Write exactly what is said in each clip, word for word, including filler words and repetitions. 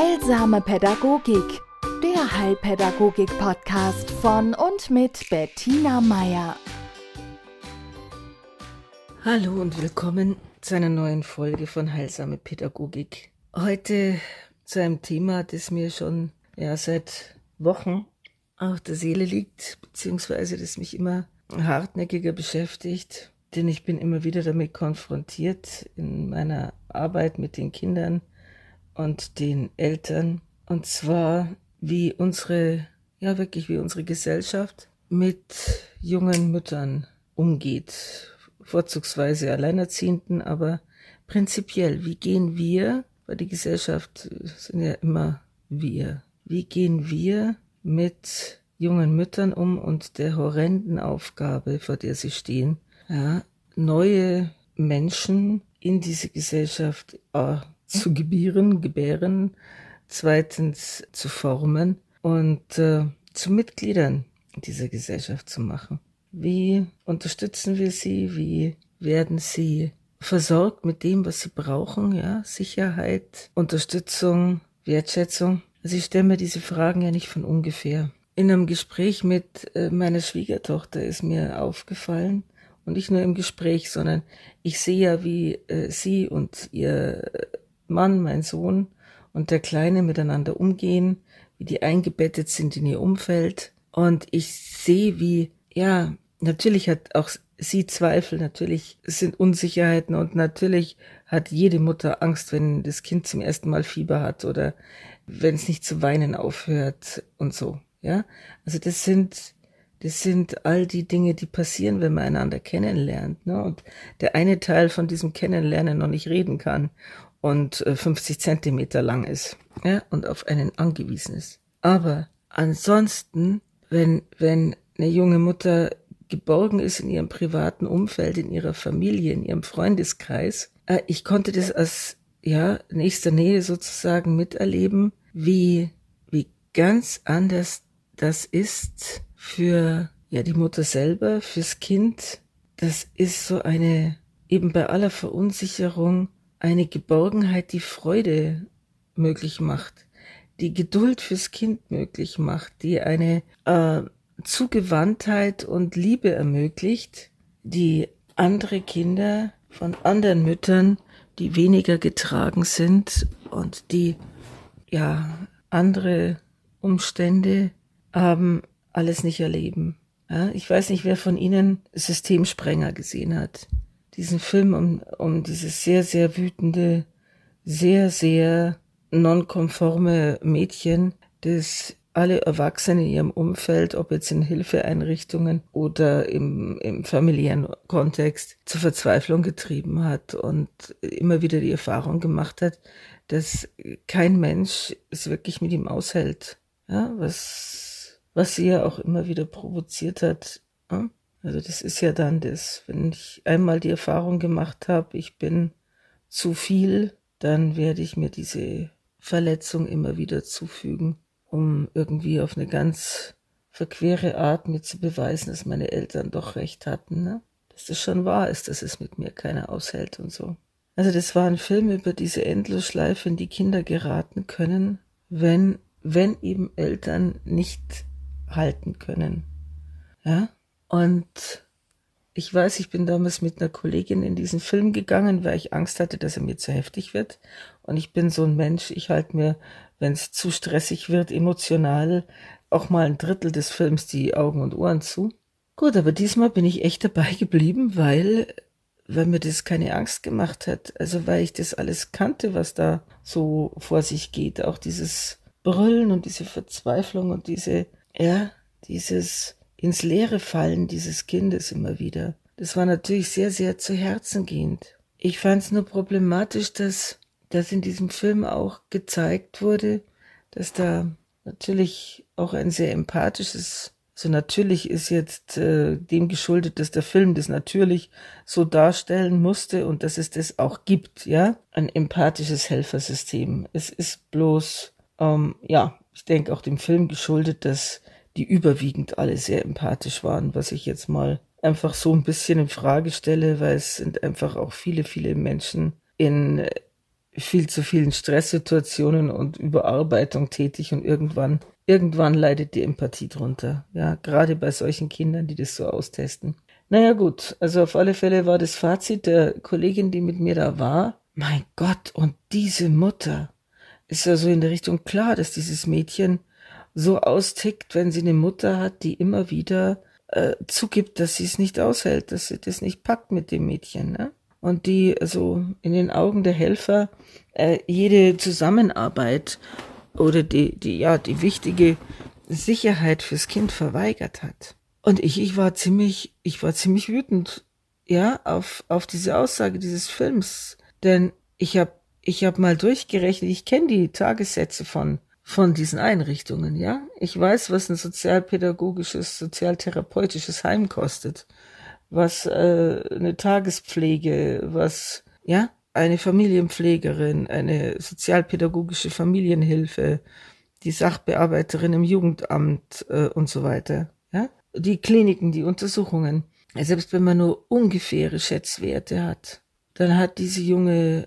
Heilsame Pädagogik, der Heilpädagogik-Podcast von und mit Bettina Meier. Hallo und willkommen zu einer neuen Folge von Heilsame Pädagogik. Heute zu einem Thema, das mir schon ja, seit Wochen auf der Seele liegt, beziehungsweise das mich immer hartnäckiger beschäftigt, denn ich bin immer wieder damit konfrontiert in meiner Arbeit mit den Kindern und den Eltern, und zwar wie unsere, ja wirklich wie unsere Gesellschaft mit jungen Müttern umgeht, vorzugsweise Alleinerziehenden, aber prinzipiell, wie gehen wir, weil die Gesellschaft sind ja immer wir, wie gehen wir mit jungen Müttern um und der horrenden Aufgabe, vor der sie stehen, ja, neue Menschen in diese Gesellschaft äh, zu gebieren, gebären, zweitens zu formen und äh, zu Mitgliedern dieser Gesellschaft zu machen. Wie unterstützen wir sie? Wie werden sie versorgt mit dem, was sie brauchen? Ja, Sicherheit, Unterstützung, Wertschätzung. Also ich stelle mir diese Fragen ja nicht von ungefähr. In einem Gespräch mit äh, meiner Schwiegertochter ist mir aufgefallen, und nicht nur im Gespräch, sondern ich sehe ja, wie äh, sie und ihr Mann, mein Sohn und der Kleine miteinander umgehen, wie die eingebettet sind in ihr Umfeld. Und ich sehe, wie, ja, natürlich hat auch sie Zweifel, natürlich sind Unsicherheiten und natürlich hat jede Mutter Angst, wenn das Kind zum ersten Mal Fieber hat oder wenn es nicht zu weinen aufhört und so, ja. Also das sind, das sind all die Dinge, die passieren, wenn man einander kennenlernt, ne? Und der eine Teil von diesem Kennenlernen noch nicht reden kann und fünfzig Zentimeter lang ist, ja, und auf einen angewiesen ist. Aber ansonsten, wenn, wenn eine junge Mutter geborgen ist in ihrem privaten Umfeld, in ihrer Familie, in ihrem Freundeskreis, äh, ich konnte das aus, ja, nächster Nähe sozusagen miterleben, wie, wie ganz anders das ist für, ja, die Mutter selber, fürs Kind. Das ist so eine, eben bei aller Verunsicherung, eine Geborgenheit, die Freude möglich macht, die Geduld fürs Kind möglich macht, die eine äh, Zugewandtheit und Liebe ermöglicht, die andere Kinder von anderen Müttern, die weniger getragen sind und die ja andere Umstände haben, alles nicht erleben. Ja, ich weiß nicht, wer von Ihnen Systemsprenger gesehen hat. Diesen Film um, um dieses sehr, sehr wütende, sehr, sehr nonkonforme Mädchen, das alle Erwachsenen in ihrem Umfeld, ob jetzt in Hilfeeinrichtungen oder im, im familiären Kontext, zur Verzweiflung getrieben hat und immer wieder die Erfahrung gemacht hat, dass kein Mensch es wirklich mit ihm aushält. Ja, was, was sie ja auch immer wieder provoziert hat. Ja? Also das ist ja dann das, wenn ich einmal die Erfahrung gemacht habe, ich bin zu viel, dann werde ich mir diese Verletzung immer wieder zufügen, um irgendwie auf eine ganz verquere Art mir zu beweisen, dass meine Eltern doch recht hatten, ne? Dass das schon wahr ist, dass es mit mir keiner aushält und so. Also das war ein Film über diese Endlosschleife, in die Kinder geraten können, wenn, wenn eben Eltern nicht halten können. Ja? Und ich weiß, ich bin damals mit einer Kollegin in diesen Film gegangen, weil ich Angst hatte, dass er mir zu heftig wird. Und ich bin so ein Mensch, ich halte mir, wenn es zu stressig wird, emotional, auch mal ein Drittel des Films die Augen und Ohren zu. Gut, aber diesmal bin ich echt dabei geblieben, weil, weil mir das keine Angst gemacht hat. Also weil ich das alles kannte, was da so vor sich geht. Auch dieses Brüllen und diese Verzweiflung und diese, ja, dieses ins Leere fallen dieses Kindes immer wieder. Das war natürlich sehr, sehr zu Herzen gehend. Ich fand es nur problematisch, dass, dass in diesem Film auch gezeigt wurde, dass da natürlich auch ein sehr empathisches, also natürlich ist jetzt äh, dem geschuldet, dass der Film das natürlich so darstellen musste und dass es das auch gibt, ja, ein empathisches Helfersystem. Es ist bloß, ähm, ja, ich denke auch dem Film geschuldet, dass die überwiegend alle sehr empathisch waren, was ich jetzt mal einfach so ein bisschen in Frage stelle, weil es sind einfach auch viele, viele Menschen in viel zu vielen Stresssituationen und Überarbeitung tätig und irgendwann, irgendwann leidet die Empathie drunter. Ja, gerade bei solchen Kindern, die das so austesten. Naja gut, also auf alle Fälle war das Fazit der Kollegin, die mit mir da war, mein Gott, und diese Mutter, ist ja so in der Richtung klar, dass dieses Mädchen so austickt, wenn sie eine Mutter hat, die immer wieder äh, zugibt, dass sie es nicht aushält, dass sie das nicht packt mit dem Mädchen, ne? Und die also in den Augen der Helfer äh, jede Zusammenarbeit oder die, die, ja, die wichtige Sicherheit fürs Kind verweigert hat. Und ich, ich war ziemlich, ich war ziemlich wütend, ja, auf, auf diese Aussage dieses Films. Denn ich habe, ich habe mal durchgerechnet, ich kenne die Tagessätze von, von diesen Einrichtungen, ja. Ich weiß, was ein sozialpädagogisches, sozialtherapeutisches Heim kostet, was äh, eine Tagespflege, was, ja, eine Familienpflegerin, eine sozialpädagogische Familienhilfe, die Sachbearbeiterin im Jugendamt äh, und so weiter, ja. Die Kliniken, die Untersuchungen. Selbst wenn man nur ungefähre Schätzwerte hat, dann hat diese junge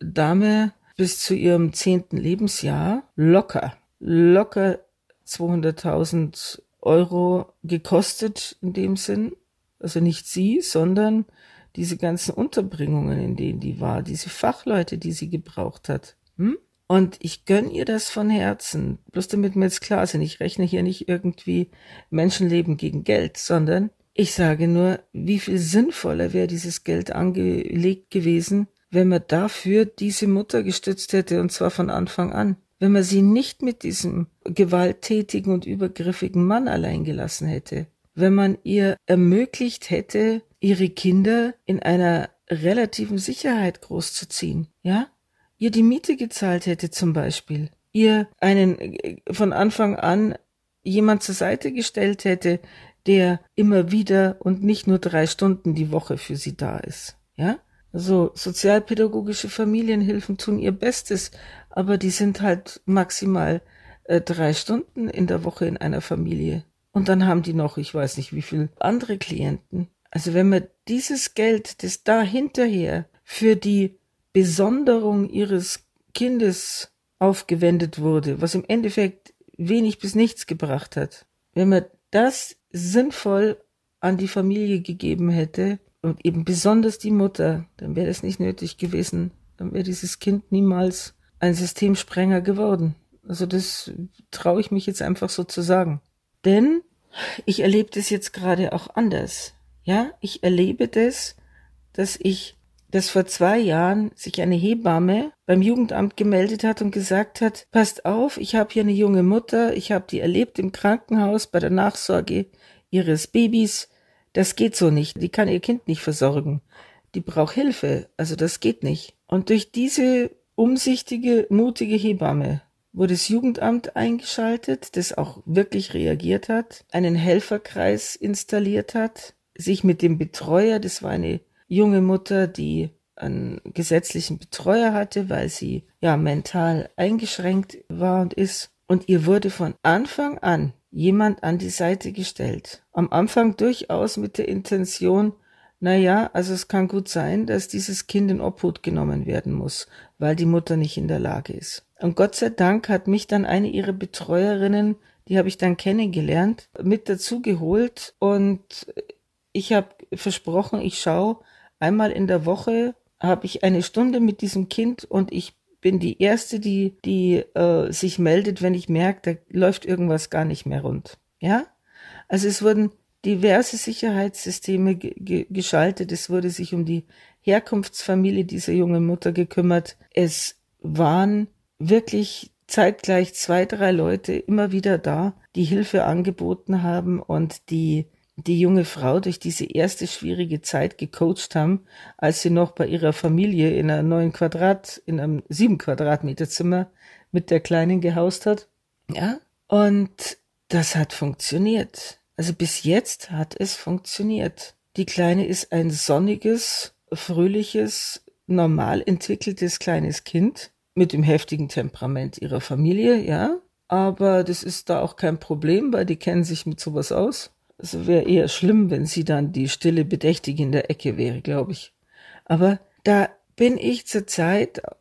Dame bis zu ihrem zehnten Lebensjahr locker, locker zweihunderttausend Euro gekostet in dem Sinn. Also nicht sie, sondern diese ganzen Unterbringungen, in denen die war, diese Fachleute, die sie gebraucht hat. Hm? Und ich gönn ihr das von Herzen. Bloß damit mir jetzt klar sind, ich rechne hier nicht irgendwie Menschenleben gegen Geld, sondern ich sage nur, wie viel sinnvoller wäre dieses Geld angelegt gewesen, wenn man dafür diese Mutter gestützt hätte, und zwar von Anfang an. Wenn man sie nicht mit diesem gewalttätigen und übergriffigen Mann allein gelassen hätte. Wenn man ihr ermöglicht hätte, ihre Kinder in einer relativen Sicherheit großzuziehen, ja? Ihr die Miete gezahlt hätte zum Beispiel, ihr einen von Anfang an jemand zur Seite gestellt hätte, der immer wieder und nicht nur drei Stunden die Woche für sie da ist, ja? Also sozialpädagogische Familienhilfen tun ihr Bestes, aber die sind halt maximal äh, drei Stunden in der Woche in einer Familie. Und dann haben die noch, ich weiß nicht wie viel andere Klienten. Also wenn man dieses Geld, das da hinterher für die Besonderung ihres Kindes aufgewendet wurde, was im Endeffekt wenig bis nichts gebracht hat, wenn man das sinnvoll an die Familie gegeben hätte und eben besonders die Mutter, dann wäre das nicht nötig gewesen. Dann wäre dieses Kind niemals ein Systemsprenger geworden. Also das traue ich mich jetzt einfach so zu sagen. Denn ich erlebe das jetzt gerade auch anders. Ja, ich erlebe das, dass ich, dass vor zwei Jahren sich eine Hebamme beim Jugendamt gemeldet hat und gesagt hat, passt auf, ich habe hier eine junge Mutter, ich habe die erlebt im Krankenhaus bei der Nachsorge ihres Babys. Das geht so nicht, die kann ihr Kind nicht versorgen. Die braucht Hilfe, also das geht nicht. Und durch diese umsichtige, mutige Hebamme wurde das Jugendamt eingeschaltet, das auch wirklich reagiert hat, einen Helferkreis installiert hat, sich mit dem Betreuer, das war eine junge Mutter, die einen gesetzlichen Betreuer hatte, weil sie ja mental eingeschränkt war und ist, und ihr wurde von Anfang an jemand an die Seite gestellt. Am Anfang durchaus mit der Intention, naja, also es kann gut sein, dass dieses Kind in Obhut genommen werden muss, weil die Mutter nicht in der Lage ist. Und Gott sei Dank hat mich dann eine ihrer Betreuerinnen, die habe ich dann kennengelernt, mit dazu geholt, und ich habe versprochen, ich schaue einmal in der Woche, habe ich eine Stunde mit diesem Kind, und ich bin die Erste, die die äh, sich meldet, wenn ich merke, da läuft irgendwas gar nicht mehr rund. Ja? Also es wurden diverse Sicherheitssysteme ge- ge- geschaltet, es wurde sich um die Herkunftsfamilie dieser jungen Mutter gekümmert. Es waren wirklich zeitgleich zwei, drei Leute immer wieder da, die Hilfe angeboten haben und die die junge Frau durch diese erste schwierige Zeit gecoacht haben, als sie noch bei ihrer Familie in einer neun Quadrat, in einem sieben Quadratmeter Zimmer mit der Kleinen gehaust hat. Ja, und das hat funktioniert. Also bis jetzt hat es funktioniert. Die Kleine ist ein sonniges, fröhliches, normal entwickeltes kleines Kind mit dem heftigen Temperament ihrer Familie, ja. Aber das ist da auch kein Problem, weil die kennen sich mit sowas aus. Es wäre eher schlimm, wenn sie dann die stille Bedächtige in der Ecke wäre, glaube ich. Aber da bin ich zurzeit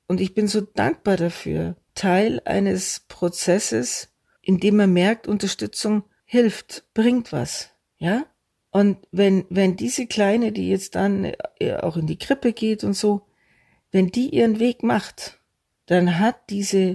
und ich bin so dankbar dafür, Teil eines Prozesses, in dem man merkt, Unterstützung hilft, bringt was, ja? Und wenn, wenn diese Kleine, die jetzt dann auch in die Krippe geht und so, wenn die ihren Weg macht, dann hat diese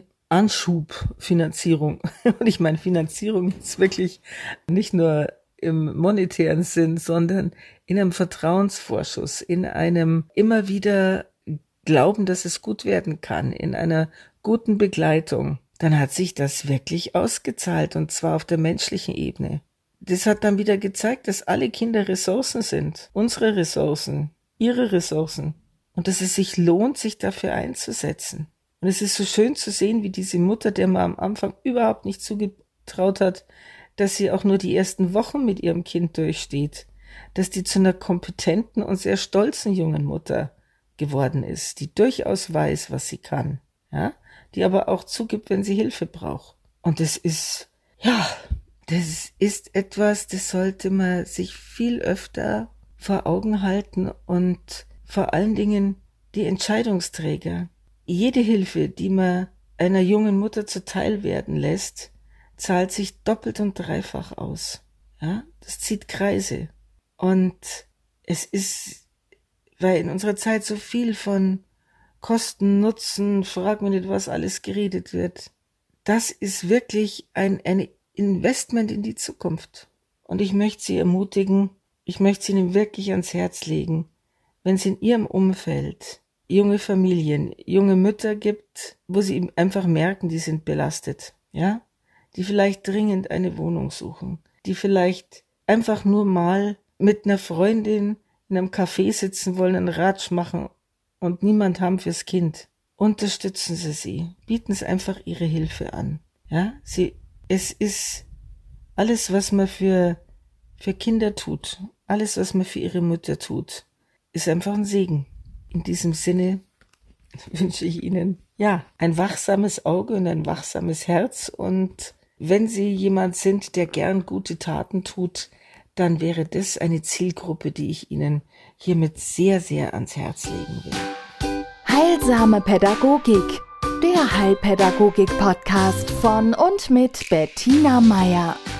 Anschubfinanzierung, und ich meine Finanzierung ist wirklich nicht nur im monetären Sinn, sondern in einem Vertrauensvorschuss, in einem immer wieder Glauben, dass es gut werden kann, in einer guten Begleitung, dann hat sich das wirklich ausgezahlt, und zwar auf der menschlichen Ebene. Das hat dann wieder gezeigt, dass alle Kinder Ressourcen sind, unsere Ressourcen, ihre Ressourcen, und dass es sich lohnt, sich dafür einzusetzen. Und es ist so schön zu sehen, wie diese Mutter, der man am Anfang überhaupt nicht zugetraut hat, dass sie auch nur die ersten Wochen mit ihrem Kind durchsteht, dass die zu einer kompetenten und sehr stolzen jungen Mutter geworden ist, die durchaus weiß, was sie kann, ja, die aber auch zugibt, wenn sie Hilfe braucht. Und das ist, ja, das ist etwas, das sollte man sich viel öfter vor Augen halten, und vor allen Dingen die Entscheidungsträger. Jede Hilfe, die man einer jungen Mutter zuteil werden lässt, zahlt sich doppelt und dreifach aus. Ja, das zieht Kreise. Und es ist, weil in unserer Zeit so viel von Kosten, Nutzen, frag mich nicht, was alles geredet wird. Das ist wirklich ein, ein Investment in die Zukunft. Und ich möchte Sie ermutigen, ich möchte Sie Ihnen wirklich ans Herz legen, wenn es in Ihrem Umfeld junge Familien, junge Mütter gibt, wo Sie einfach merken, die sind belastet, ja, die vielleicht dringend eine Wohnung suchen, die vielleicht einfach nur mal mit einer Freundin in einem Café sitzen wollen, einen Ratsch machen und niemand haben fürs Kind. Unterstützen Sie sie, bieten Sie einfach Ihre Hilfe an. Ja, sie, es ist alles, was man für, für Kinder tut, alles, was man für ihre Mütter tut, ist einfach ein Segen. In diesem Sinne wünsche ich Ihnen, ja, ein wachsames Auge und ein wachsames Herz, und wenn Sie jemand sind, der gern gute Taten tut, dann wäre das eine Zielgruppe, die ich Ihnen hiermit sehr, sehr ans Herz legen will. Heilsame Pädagogik, der Heilpädagogik-Podcast von und mit Bettina Meier.